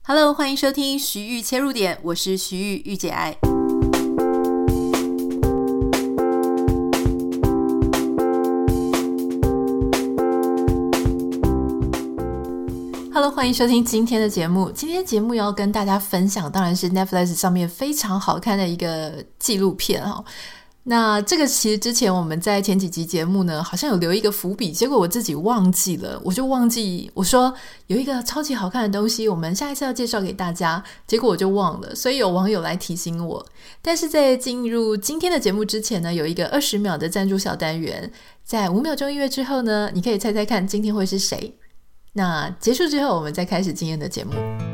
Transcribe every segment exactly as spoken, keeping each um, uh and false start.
Hello， 欢迎收听徐玉切入点，我是徐玉玉姐爱。Hello， 欢迎收听今天的节目。今天节目要跟大家分享，当然是 Netflix 上面非常好看的一个纪录片哦。那这个其实之前我们在前几集节目呢好像有留一个伏笔，结果我自己忘记了，我就忘记我说有一个超级好看的东西我们下一次要介绍给大家，结果我就忘了，所以有网友来提醒我。但是在进入今天的节目之前呢，有一个二十秒的赞助小单元，在五秒钟音乐之后呢，你可以猜猜看今天会是谁。那结束之后我们再开始今天的节目。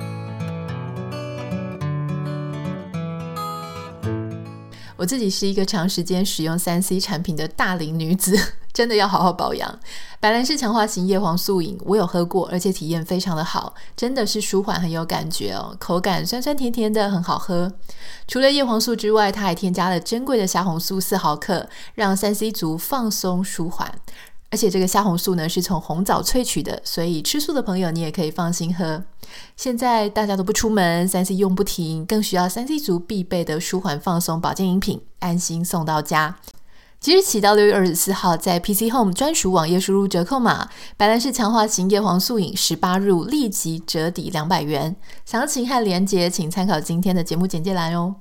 我自己是一个长时间使用 三 C 产品的大龄女子，真的要好好保养。白兰氏强化型叶黄素饮我有喝过，而且体验非常的好，真的是舒缓很有感觉哦，口感酸酸甜甜的，很好喝。除了叶黄素之外，它还添加了珍贵的虾红素四毫克，让 三 C 族放松舒缓。而且这个虾红素呢是从红枣萃取的，所以吃素的朋友你也可以放心喝。现在大家都不出门， 三 C 用不停，更需要 三 C 族必备的舒缓放松保健饮品，安心送到家。即日起到六月二十四号，在 P C Home 专属网页输入折扣码白兰氏强化型叶黄素饮十八入，立即折抵两百元。详情和连结请参考今天的节目简介栏哦。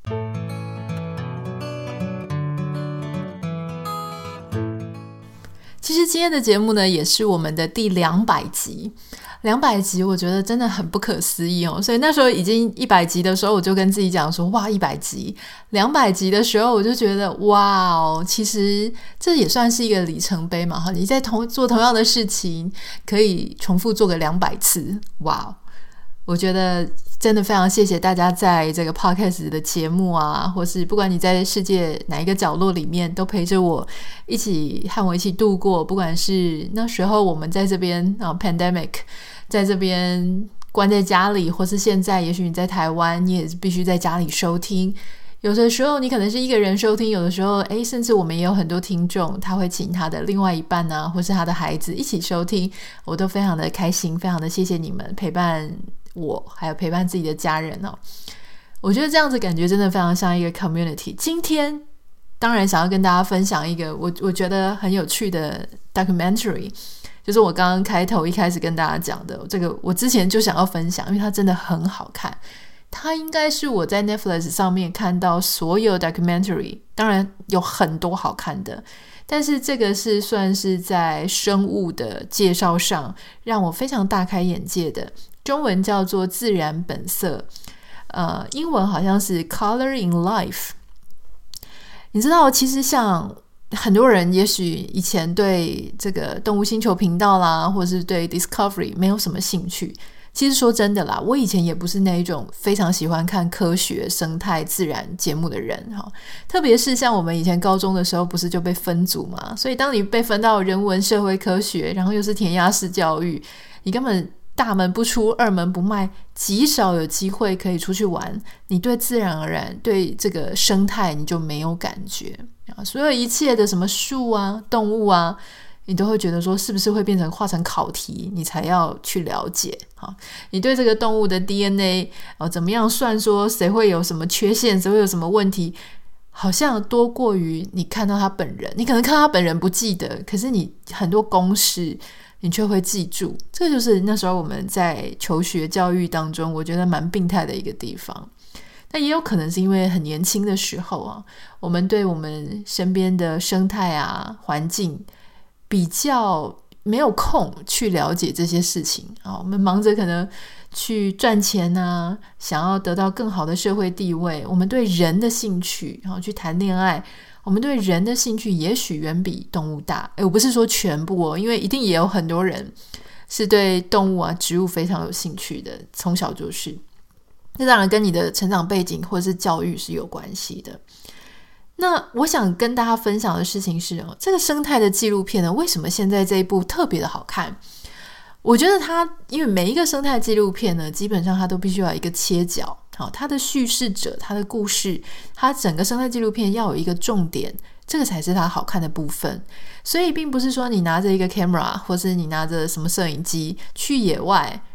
其实今天的节目呢也是我们的第两百集，两百集我觉得真的很不可思议哦。所以那时候已经一百集的时候，我就跟自己讲说，哇，一百集，两百集的时候我就觉得哇哦，其实这也算是一个里程碑嘛，你在同做同样的事情可以重复做个两百次，哇哦，我觉得真的非常谢谢大家在这个 podcast 的节目啊，或是不管你在世界哪一个角落里面都陪着我一起和我一起度过，不管是那时候我们在这边、啊、pandemic 在这边关在家里，或是现在也许你在台湾你也必须在家里收听，有的时候你可能是一个人收听，有的时候诶甚至我们也有很多听众他会请他的另外一半啊，或是他的孩子一起收听，我都非常的开心，非常的谢谢你们陪伴我还有陪伴自己的家人哦。我觉得这样子感觉真的非常像一个 community。 今天当然想要跟大家分享一个我我觉得很有趣的 documentary， 就是我刚刚开头一开始跟大家讲的这个，我之前就想要分享，因为它真的很好看，它应该是我在 Netflix 上面看到所有 documentary， 当然有很多好看的，但是这个是算是在生物的介绍上让我非常大开眼界的，中文叫做自然本色，呃，英文好像是 Color in Life。 你知道其实像很多人也许以前对这个动物星球频道啦，或是对 Discovery 没有什么兴趣，其实说真的啦，我以前也不是那一种非常喜欢看科学生态自然节目的人，特别是像我们以前高中的时候不是就被分组嘛，所以当你被分到人文社会科学，然后又是填鸭式教育，你根本大门不出二门不迈，极少有机会可以出去玩，你对自然而然对这个生态你就没有感觉，所有一切的什么树啊动物啊，你都会觉得说是不是会变成化成考题你才要去了解。你对这个动物的 D N A、哦、怎么样算说谁会有什么缺陷，谁会有什么问题，好像多过于你看到他本人，你可能看到他本人不记得，可是你很多公式你却会记住，这就是那时候我们在求学教育当中我觉得蛮病态的一个地方。那也有可能是因为很年轻的时候啊，我们对我们身边的生态啊环境比较没有空去了解这些事情啊，我们忙着可能去赚钱啊，想要得到更好的社会地位，我们对人的兴趣，然后去谈恋爱，我们对人的兴趣也许远比动物大。诶，我不是说全部哦，因为一定也有很多人是对动物啊植物非常有兴趣的，从小就是，这当然跟你的成长背景或是教育是有关系的。那我想跟大家分享的事情是、哦、这个生态的纪录片呢，为什么现在这一部特别的好看？我觉得它因为每一个生态纪录片呢，基本上它都必须要有一个切角，好，它的叙事者，它的故事，它整个生态纪录片要有一个重点，这个才是它好看的部分。所以并不是说你拿着一个 camera 或是你拿着什么摄影机去野外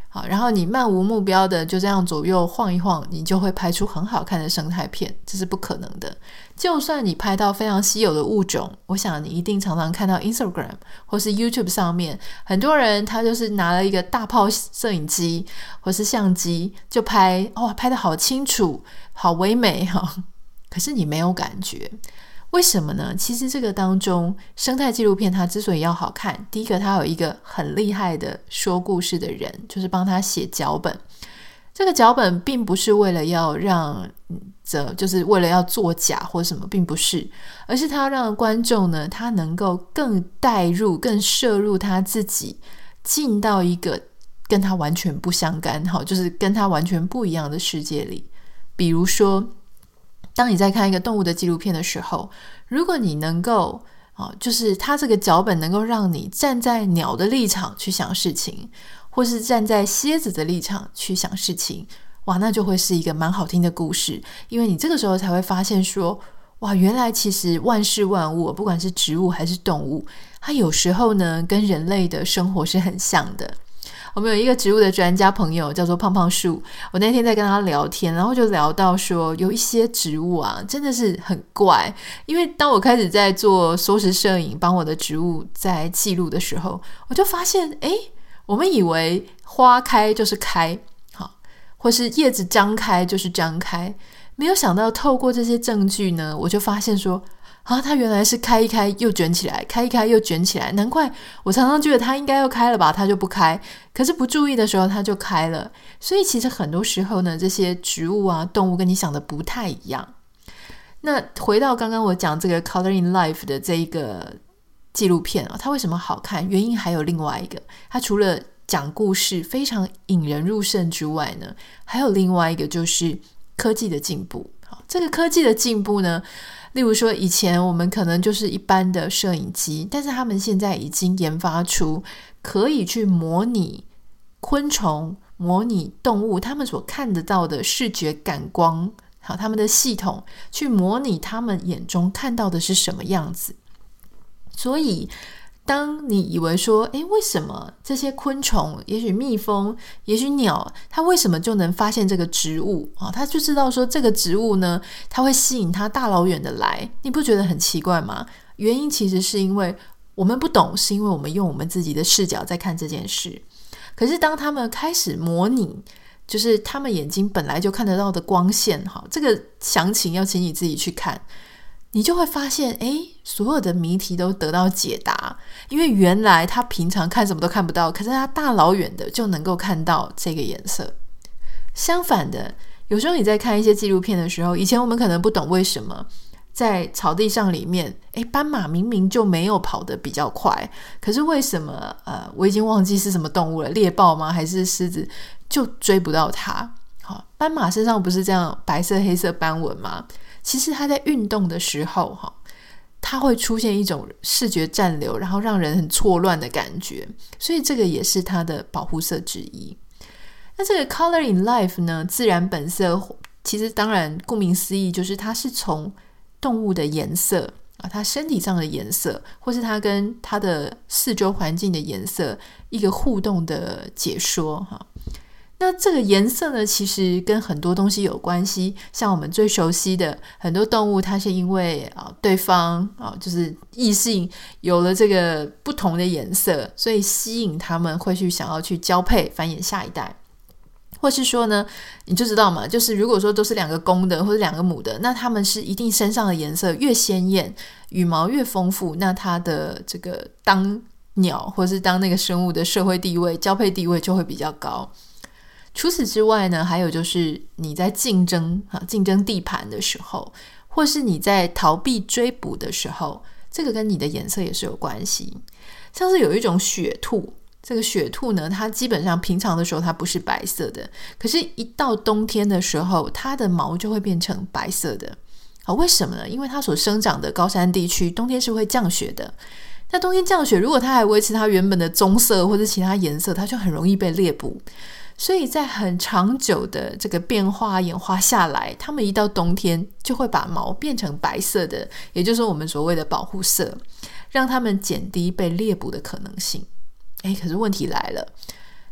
好，然后你漫无目标的就这样左右晃一晃，你就会拍出很好看的生态片，这是不可能的。就算你拍到非常稀有的物种，我想你一定常常看到 Instagram 或是 YouTube 上面很多人他就是拿了一个大炮摄影机或是相机就拍，哇，拍得好清楚好唯美哈，可是你没有感觉。为什么呢？其实这个当中生态纪录片它之所以要好看，第一个它有一个很厉害的说故事的人，就是帮他写脚本。这个脚本并不是为了要让这就是为了要作假或什么，并不是，而是他要让观众呢他能够更带入更摄入他自己，进到一个跟他完全不相干，就是跟他完全不一样的世界里。比如说当你在看一个动物的纪录片的时候，如果你能够、哦、就是它这个脚本能够让你站在鸟的立场去想事情，或是站在蝎子的立场去想事情，哇，那就会是一个蛮好听的故事。因为你这个时候才会发现说，哇，原来其实万事万物，不管是植物还是动物，它有时候呢跟人类的生活是很像的。我们有一个植物的专家朋友叫做胖胖树，我那天在跟他聊天，然后就聊到说有一些植物啊真的是很怪。因为当我开始在做缩时摄影帮我的植物在记录的时候，我就发现诶，我们以为花开就是开，好，或是叶子张开就是张开，没有想到透过这些证据呢，我就发现说啊，它原来是开一开又卷起来，开一开又卷起来，难怪我常常觉得它应该要开了吧，它就不开，可是不注意的时候它就开了。所以其实很多时候呢，这些植物啊动物跟你想的不太一样。那回到刚刚我讲这个 Color in Life 的这一个纪录片、啊、它为什么好看，原因还有另外一个，它除了讲故事非常引人入胜之外呢，还有另外一个就是科技的进步。好，这个科技的进步呢，例如说以前我们可能就是一般的摄影机，但是他们现在已经研发出可以去模拟昆虫模拟动物他们所看得到的视觉感光，好，他们的系统去模拟他们眼中看到的是什么样子。所以当你以为说诶，为什么这些昆虫，也许蜜蜂也许鸟，它为什么就能发现这个植物、哦、它就知道说这个植物呢它会吸引它大老远的来，你不觉得很奇怪吗？原因其实是因为我们不懂，是因为我们用我们自己的视角在看这件事。可是当他们开始模拟，就是他们眼睛本来就看得到的光线，好，这个详情要请你自己去看，你就会发现诶，所有的谜题都得到解答。因为原来他平常看什么都看不到，可是他大老远的就能够看到这个颜色。相反的，有时候你在看一些纪录片的时候，以前我们可能不懂为什么在草地上里面，诶，斑马明明就没有跑得比较快，可是为什么呃，我已经忘记是什么动物了，猎豹吗还是狮子，就追不到它。好，斑马身上不是这样白色黑色斑纹吗？其实它在运动的时候它会出现一种视觉暂留，然后让人很错乱的感觉，所以这个也是它的保护色之一。那这个 Color in Life 呢，自然本色，其实当然顾名思义就是它是从动物的颜色啊，它身体上的颜色，或是它跟它的四周环境的颜色一个互动的解说哈。那这个颜色呢，其实跟很多东西有关系，像我们最熟悉的很多动物，它是因为、啊、对方、啊、就是异性有了这个不同的颜色，所以吸引他们会去想要去交配繁衍下一代。或是说呢，你就知道嘛，就是如果说都是两个公的或者两个母的，那他们是一定身上的颜色越鲜艳，羽毛越丰富，那它的这个当鸟或是当那个生物的社会地位交配地位就会比较高。除此之外呢，还有就是你在竞争竞争地盘的时候，或是你在逃避追捕的时候，这个跟你的颜色也是有关系。像是有一种雪兔，这个雪兔呢，它基本上平常的时候它不是白色的，可是一到冬天的时候，它的毛就会变成白色的。好，为什么呢？因为它所生长的高山地区冬天是会降雪的，那冬天降雪，如果它还维持它原本的棕色或者其他颜色，它就很容易被猎捕。所以在很长久的这个变化演化下来，他们一到冬天就会把毛变成白色的，也就是我们所谓的保护色，让他们减低被猎捕的可能性。诶，可是问题来了，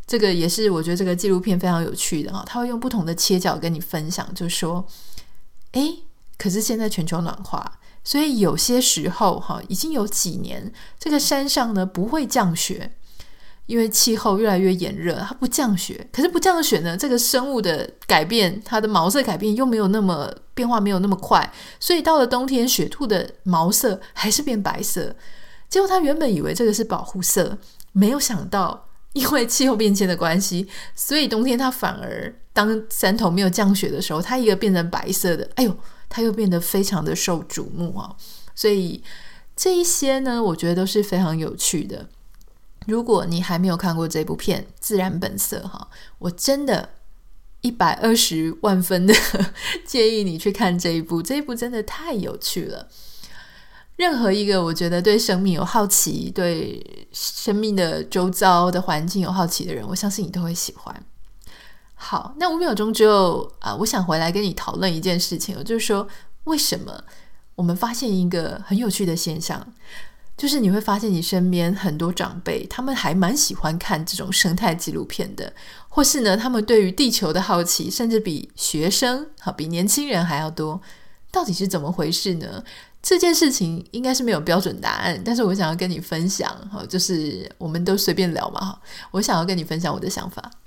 这个也是我觉得这个纪录片非常有趣的，他会用不同的切角跟你分享，就说诶，可是现在全球暖化，所以有些时候已经有几年这个山上呢不会降雪，因为气候越来越炎热，它不降雪。可是不降雪呢，这个生物的改变，它的毛色改变又没有那么变化没有那么快，所以到了冬天，雪兔的毛色还是变白色。结果他原本以为这个是保护色，没有想到因为气候变迁的关系，所以冬天它反而当山头没有降雪的时候，它一个变成白色的，哎呦，它又变得非常的受瞩目啊！所以这一些呢，我觉得都是非常有趣的。如果你还没有看过这部片《自然本色》哈，我真的一百二十万分的建议你去看这一部，这一部真的太有趣了。任何一个我觉得对生命有好奇，对生命的周遭的环境有好奇的人，我相信你都会喜欢。好，那五秒钟之后啊，我想回来跟你讨论一件事情，就是说为什么我们发现一个很有趣的现象，就是你会发现你身边很多长辈他们还蛮喜欢看这种生态纪录片的，或是呢他们对于地球的好奇甚至比学生比年轻人还要多。到底是怎么回事呢？这件事情应该是没有标准答案，但是我想要跟你分享，就是我们都随便聊嘛，我想要跟你分享我的想法。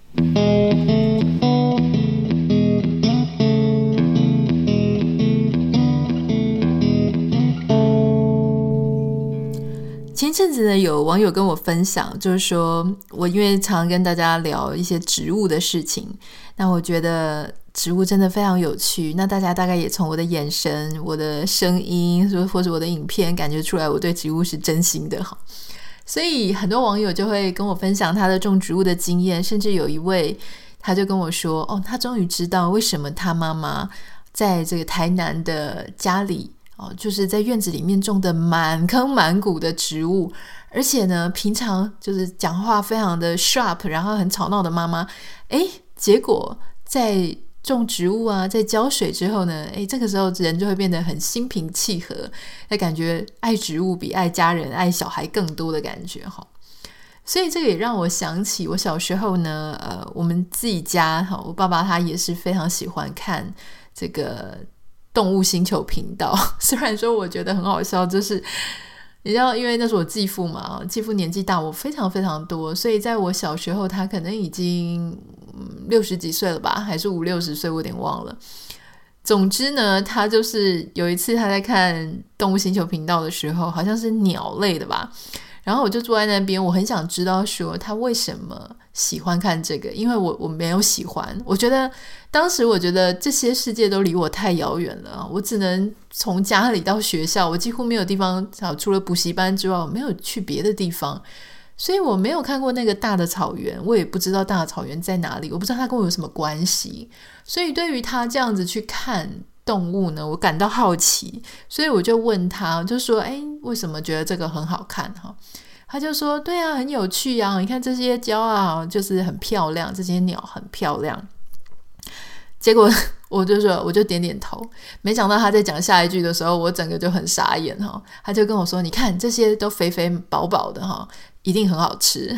前阵子呢，有网友跟我分享，就是说我因为常常跟大家聊一些植物的事情，那我觉得植物真的非常有趣，那大家大概也从我的眼神、我的声音或者我的影片感觉出来我对植物是真心的，所以很多网友就会跟我分享他的种植物的经验，甚至有一位他就跟我说，哦，他终于知道为什么他妈妈在这个台南的家里哦，就是在院子里面种的满坑满谷的植物，而且呢平常就是讲话非常的 sharp 然后很吵闹的妈妈，诶，结果在种植物啊在浇水之后呢，诶，这个时候人就会变得很心平气和，那感觉爱植物比爱家人爱小孩更多的感觉。所以这个也让我想起我小时候呢，呃，我们自己家我爸爸他也是非常喜欢看这个动物星球频道，虽然说我觉得很好笑，就是你知道因为那是我继父嘛，继父年纪大我非常非常多，所以在我小时候他可能已经六十几岁了吧，还是五六十岁，我有点忘了。总之呢，他就是有一次他在看动物星球频道的时候，好像是鸟类的吧，然后我就坐在那边，我很想知道说他为什么喜欢看这个，因为我我没有喜欢，我觉得当时我觉得这些世界都离我太遥远了，我只能从家里到学校，我几乎没有地方，除了补习班之外我没有去别的地方，所以我没有看过那个大的草原，我也不知道大的草原在哪里，我不知道它跟我有什么关系，所以对于他这样子去看动物呢，我感到好奇，所以我就问他，就说诶，为什么觉得这个很好看？他就说对啊，很有趣啊，你看这些鸟啊就是很漂亮，这些鸟很漂亮。结果我就说我就点点头，没想到他在讲下一句的时候我整个就很傻眼，他就跟我说你看这些都肥肥饱饱的，一定很好吃。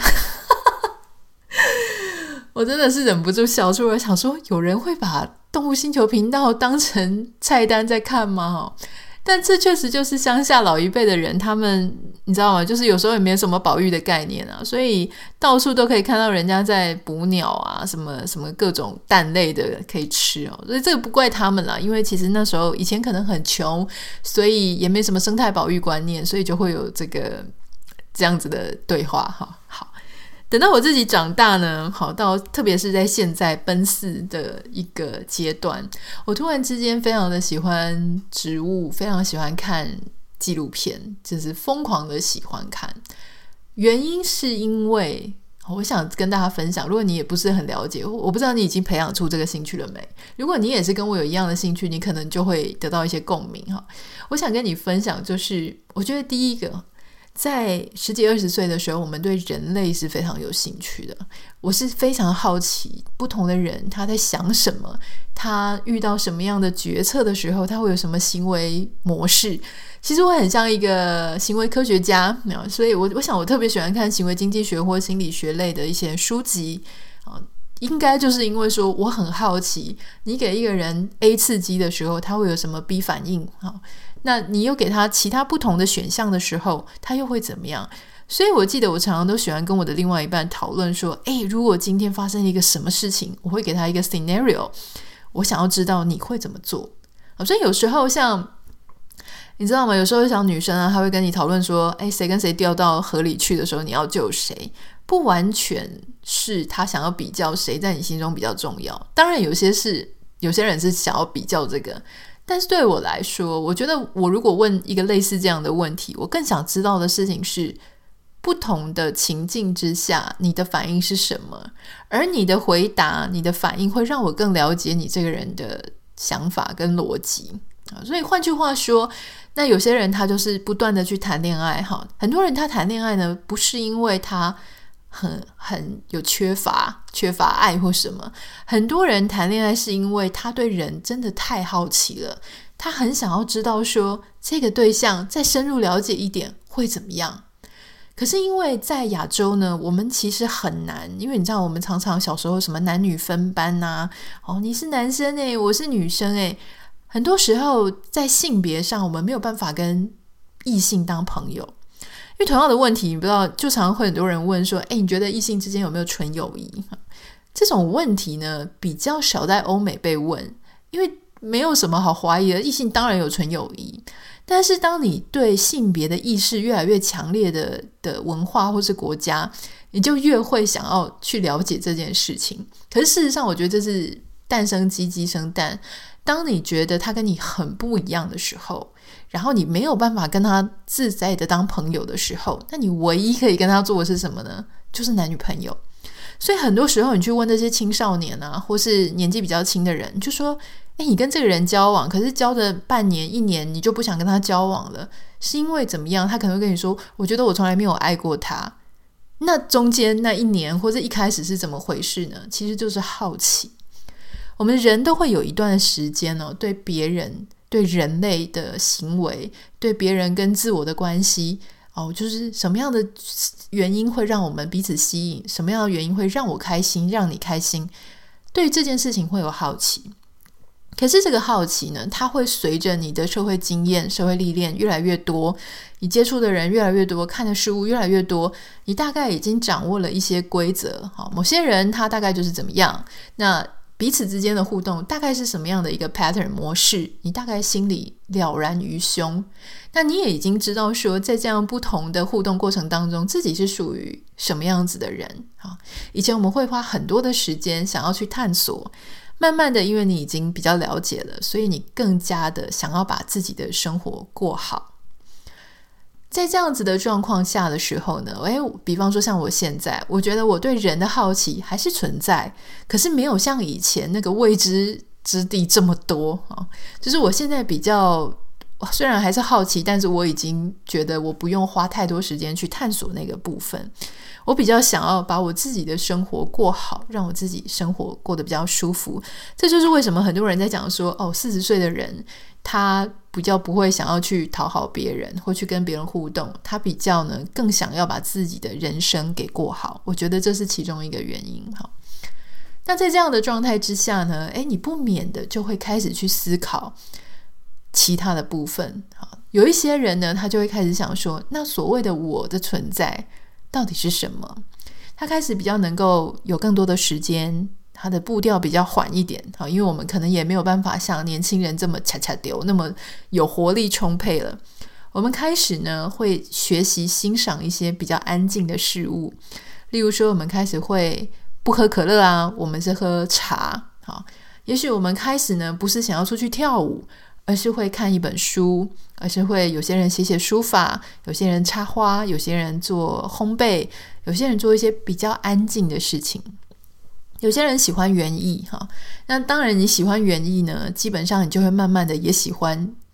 我真的是忍不住笑出来，想说有人会把动物星球频道当成菜单在看吗？但这确实就是乡下老一辈的人，他们你知道吗，就是有时候也没什么保育的概念啊，所以到处都可以看到人家在捕鸟啊，什么什么各种蛋类的可以吃哦，所以这个不怪他们啦，因为其实那时候以前可能很穷，所以也没什么生态保育观念，所以就会有这个这样子的对话哈。好，等到我自己长大呢，好到特别是在现在奔四的一个阶段，我突然之间非常的喜欢植物，非常喜欢看纪录片，就是疯狂的喜欢看。原因是因为我想跟大家分享，如果你也不是很了解，我不知道你已经培养出这个兴趣了没，如果你也是跟我有一样的兴趣，你可能就会得到一些共鸣。我想跟你分享，就是我觉得第一个在十几二十岁的时候，我们对人类是非常有兴趣的。我是非常好奇不同的人他在想什么，他遇到什么样的决策的时候，他会有什么行为模式。其实我很像一个行为科学家，所以我我想我特别喜欢看行为经济学或心理学类的一些书籍，应该就是因为说我很好奇，你给一个人 A 刺激的时候，他会有什么 B 反应，那你又给他其他不同的选项的时候，他又会怎么样？所以我记得我常常都喜欢跟我的另外一半讨论说，诶，如果今天发生一个什么事情，我会给他一个 scenario， 我想要知道你会怎么做。所以有时候像你知道吗，有时候像女生啊，她会跟你讨论说，诶，谁跟谁掉到河里去的时候，你要救谁，不完全是她想要比较谁在你心中比较重要。当然有些是有些人是想要比较这个，但是对我来说，我觉得我如果问一个类似这样的问题，我更想知道的事情是不同的情境之下你的反应是什么，而你的回答你的反应会让我更了解你这个人的想法跟逻辑。所以换句话说，那有些人他就是不断的去谈恋爱，很多人他谈恋爱呢，不是因为他很很有缺乏缺乏爱或什么，很多人谈恋爱是因为他对人真的太好奇了，他很想要知道说这个对象再深入了解一点会怎么样。可是因为在亚洲呢，我们其实很难，因为你知道我们常常小时候什么男女分班啊，哦，你是男生耶，我是女生耶，很多时候在性别上我们没有办法跟异性当朋友。因为同样的问题，你不知道，就常常会很多人问说，诶，你觉得异性之间有没有纯友谊？这种问题呢，比较少在欧美被问，因为没有什么好怀疑的，异性当然有纯友谊。但是当你对性别的意识越来越强烈的的文化或是国家，你就越会想要去了解这件事情。可是事实上我觉得这是蛋生鸡鸡生蛋，当你觉得他跟你很不一样的时候，然后你没有办法跟他自在的当朋友的时候，那你唯一可以跟他做的是什么呢？就是男女朋友。所以很多时候你去问这些青少年啊，或是年纪比较轻的人，就说诶，你跟这个人交往，可是交的半年一年你就不想跟他交往了，是因为怎么样？他可能会跟你说，我觉得我从来没有爱过他。那中间那一年或者一开始是怎么回事呢？其实就是好奇。我们人都会有一段时间哦，对别人对人类的行为，对别人跟自我的关系哦，就是什么样的原因会让我们彼此吸引，什么样的原因会让我开心让你开心，对于这件事情会有好奇。可是这个好奇呢，它会随着你的社会经验社会历练越来越多，你接触的人越来越多，看的事物越来越多，你大概已经掌握了一些规则。好，某些人他大概就是怎么样，那彼此之间的互动大概是什么样的一个 pattern 模式，你大概心里了然于胸。那你也已经知道说，在这样不同的互动过程当中，自己是属于什么样子的人。好，以前我们会花很多的时间想要去探索，慢慢的因为你已经比较了解了，所以你更加的想要把自己的生活过好。在这样子的状况下的时候呢，诶，比方说像我现在，我觉得我对人的好奇还是存在，可是没有像以前那个未知之地这么多。就是我现在比较虽然还是好奇，但是我已经觉得我不用花太多时间去探索那个部分，我比较想要把我自己的生活过好，让我自己生活过得比较舒服。这就是为什么很多人在讲说，哦，四十岁的人他比较不会想要去讨好别人或去跟别人互动，他比较呢更想要把自己的人生给过好。我觉得这是其中一个原因。好，那在这样的状态之下呢，诶，你不免的就会开始去思考其他的部分。好，有一些人呢，他就会开始想说，那所谓的我的存在到底是什么？他开始比较能够有更多的时间，他的步调比较缓一点，因为我们可能也没有办法像年轻人这么恰恰丢，那么有活力充沛了。我们开始呢会学习欣赏一些比较安静的事物，例如说我们开始会不喝可乐啊，我们是喝茶。好，也许我们开始呢不是想要出去跳舞，而是会看一本书，而是会有些人写写书法，有些人插花，有些人做烘焙，有些人做一些比较安静的事情。有些人喜欢园艺，那当然你喜欢园艺呢，基本上你就会慢慢的也喜欢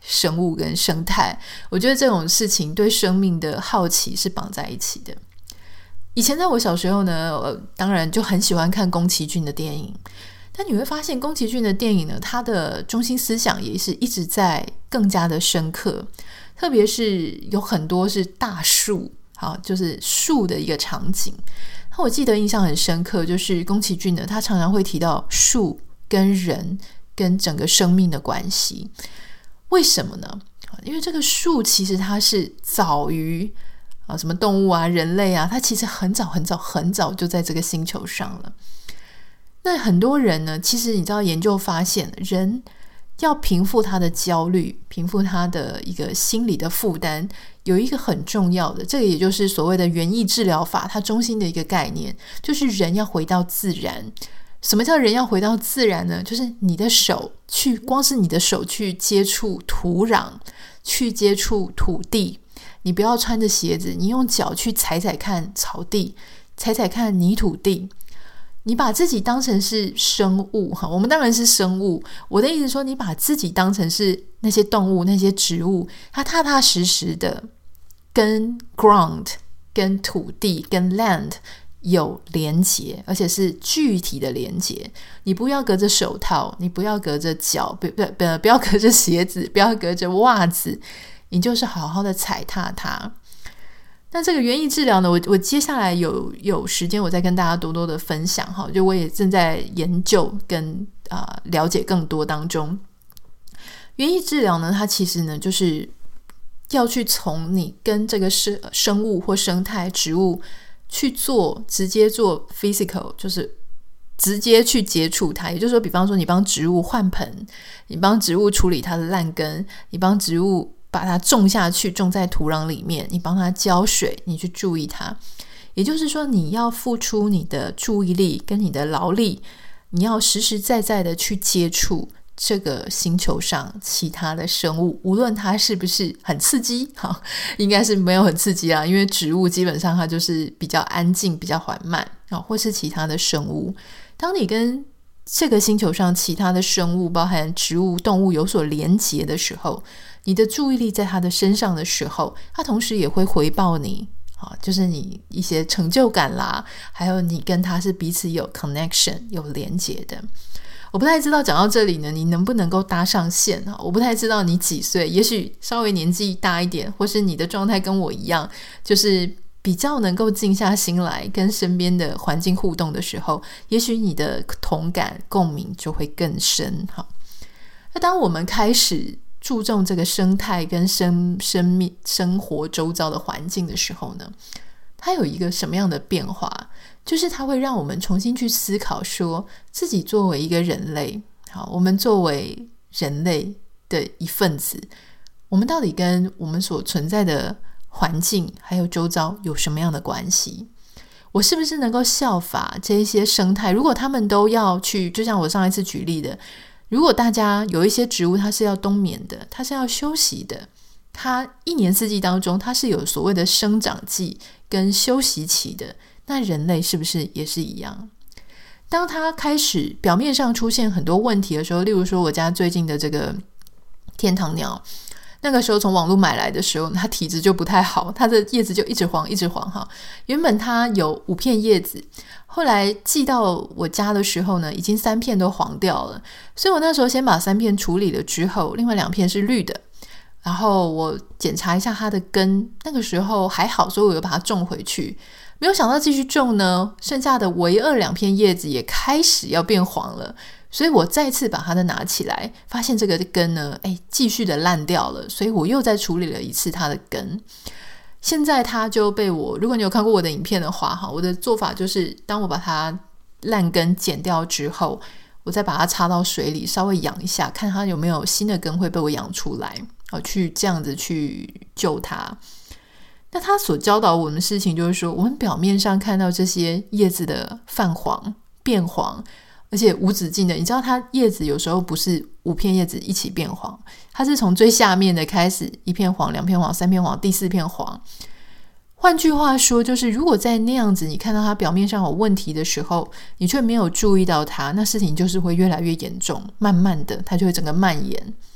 生物跟生态。我觉得这种事情对生命的好奇是绑在一起的。以前在我小时候呢，我当然就很喜欢看宫崎骏的电影，但你会发现宫崎骏的电影呢，它的中心思想也是一直在更加的深刻，特别是有很多是大树，好，就是树的一个场景。那我记得印象很深刻，就是宫崎骏呢，他常常会提到树跟人跟整个生命的关系。为什么呢？因为这个树其实它是早于啊什么动物啊人类啊，它其实很早很早很早就在这个星球上了。那很多人呢，其实你知道研究发现，人要平复他的焦虑，平复他的一个心理的负担，有一个很重要的，这个也就是所谓的园艺治疗法，它中心的一个概念，就是人要回到自然。什么叫人要回到自然呢？就是你的手去，光是你的手去接触土壤，去接触土地，你不要穿着鞋子，你用脚去踩踩看草地，踩踩看泥土地，你把自己当成是生物，我们当然是生物，我的意思说，你把自己当成是那些动物，那些植物，它踏踏实实的跟 ground 跟土地跟 land 有连结，而且是具体的连结。你不要隔着手套，你不要隔着脚，不不不不要隔着鞋子，不要隔着袜子，你就是好好的踩踏它。那这个园艺治疗呢，我我接下来有有时间我再跟大家多多的分享哈，就我也正在研究跟啊、呃、了解更多当中。园艺治疗呢，它其实呢就是要去从你跟这个生生物或生态植物去做直接做 physical， 就是直接去接触它。也就是说，比方说你帮植物换盆，你帮植物处理它的烂根，你帮植物把它种下去，种在土壤里面，你帮它浇水，你去注意它。也就是说，你要付出你的注意力跟你的劳力，你要实实在在的去接触这个星球上其他的生物，无论它是不是很刺激，好，应该是没有很刺激啦，因为植物基本上它就是比较安静比较缓慢，或是其他的生物。当你跟这个星球上其他的生物包含植物动物有所连结的时候，你的注意力在它的身上的时候，它同时也会回报你，就是你一些成就感啦，还有你跟它是彼此有 connection 有连结的。我不太知道讲到这里呢，你能不能够搭上线，我不太知道你几岁，也许稍微年纪大一点，或是你的状态跟我一样，就是比较能够静下心来跟身边的环境互动的时候，也许你的同感共鸣就会更深。好，那当我们开始注重这个生态跟生生命生活周遭的环境的时候呢，它有一个什么样的变化？就是它会让我们重新去思考，说自己作为一个人类，好，我们作为人类的一份子，我们到底跟我们所存在的环境还有周遭有什么样的关系？我是不是能够效法这一些生态？如果他们都要去，就像我上一次举例的，如果大家有一些植物它是要冬眠的，它是要休息的，它一年四季当中它是有所谓的生长季跟休息期的，那人类是不是也是一样？当它开始表面上出现很多问题的时候，例如说我家最近的这个天堂鸟，那个时候从网络买来的时候，它体质就不太好，它的叶子就一直黄一直黄哈。原本它有五片叶子，后来寄到我家的时候呢，已经三片都黄掉了，所以我那时候先把三片处理了之后，另外两片是绿的，然后我检查一下它的根，那个时候还好，所以我又把它种回去。没有想到继续种呢，剩下的唯二两片叶子也开始要变黄了，所以我再次把它的拿起来，发现这个根呢，哎，继续的烂掉了，所以我又再处理了一次它的根。现在它就被我，如果你有看过我的影片的话，我的做法就是当我把它烂根剪掉之后，我再把它插到水里稍微养一下，看它有没有新的根会被我养出来，去这样子去救它。那他所教导我们的事情就是说，我们表面上看到这些叶子的泛黄变黄，而且无止境的，你知道它叶子有时候不是五片叶子一起变黄，它是从最下面的开始，一片黄两片黄三片黄第四片黄。换句话说，就是如果在那样子你看到它表面上有问题的时候，你却没有注意到它，那事情就是会越来越严重，慢慢的它就会整个蔓延。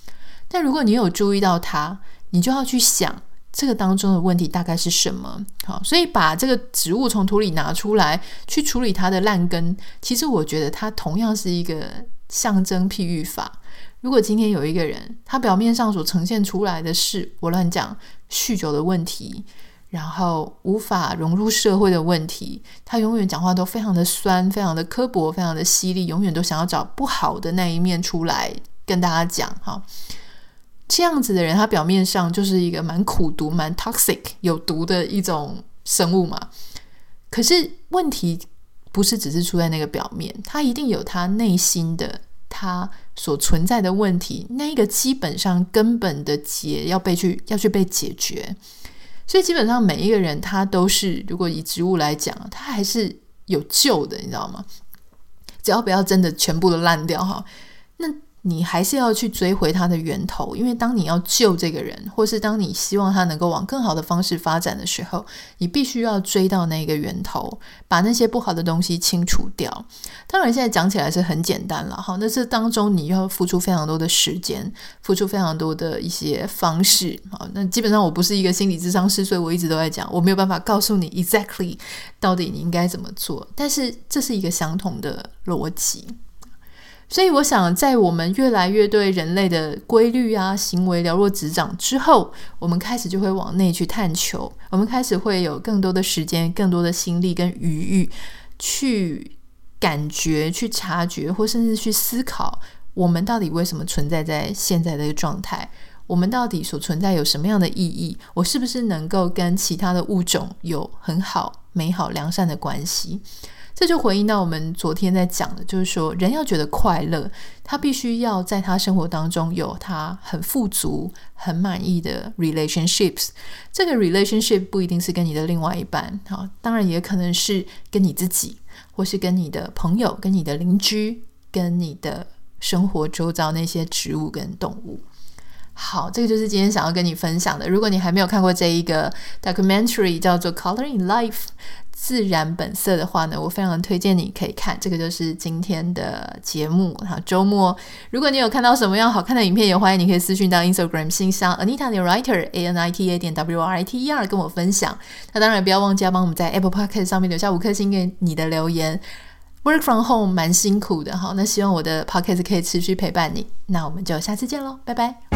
但如果你有注意到它，你就要去想这个当中的问题大概是什么。好，所以把这个植物从土里拿出来去处理它的烂根，其实我觉得它同样是一个象征譬喻法。如果今天有一个人，他表面上所呈现出来的是，我乱讲，酗酒的问题，然后无法融入社会的问题，他永远讲话都非常的酸，非常的刻薄，非常的犀利，永远都想要找不好的那一面出来跟大家讲。哈，这样子的人，他表面上就是一个蛮苦毒、蛮 toxic 有毒的一种生物嘛。可是问题不是只是出在那个表面，他一定有他内心的他所存在的问题，那个基本上根本的结要被去要去被解决。所以基本上每一个人他都是，如果以植物来讲，他还是有救的，你知道吗？只要不要真的全部都烂掉哈，那你还是要去追回它的源头。因为当你要救这个人，或是当你希望他能够往更好的方式发展的时候，你必须要追到那个源头，把那些不好的东西清除掉。当然现在讲起来是很简单了哈，那这当中你要付出非常多的时间，付出非常多的一些方式。好，那基本上我不是一个心理咨商师，所以我一直都在讲，我没有办法告诉你 exactly 到底你应该怎么做，但是这是一个相同的逻辑。所以我想在我们越来越对人类的规律啊行为了若指掌之后，我们开始就会往内去探求，我们开始会有更多的时间，更多的心力跟余裕去感觉，去察觉，或甚至去思考我们到底为什么存在在现在的状态，我们到底所存在有什么样的意义，我是不是能够跟其他的物种有很好美好良善的关系。这就回应到我们昨天在讲的，就是说人要觉得快乐，他必须要在他生活当中有他很富足很满意的 relationships。 这个 relationship 不一定是跟你的另外一半，好，当然也可能是跟你自己，或是跟你的朋友，跟你的邻居，跟你的生活周遭那些植物跟动物。好，这个就是今天想要跟你分享的。如果你还没有看过这一个 documentary 叫做 Coloring Life 自然本色的话呢，我非常推荐你可以看。这个就是今天的节目。好，周末如果你有看到什么样好看的影片，也欢迎你可以私讯到 Instagram 信箱 Anita the Writer A N I T A 点 W R I T E R 跟我分享。那当然不要忘记要帮我们在 Apple Podcast 上面留下五颗星给你的留言。Work from home 蛮辛苦的，好，那希望我的 Podcast 可以持续陪伴你。那我们就下次见咯，拜拜。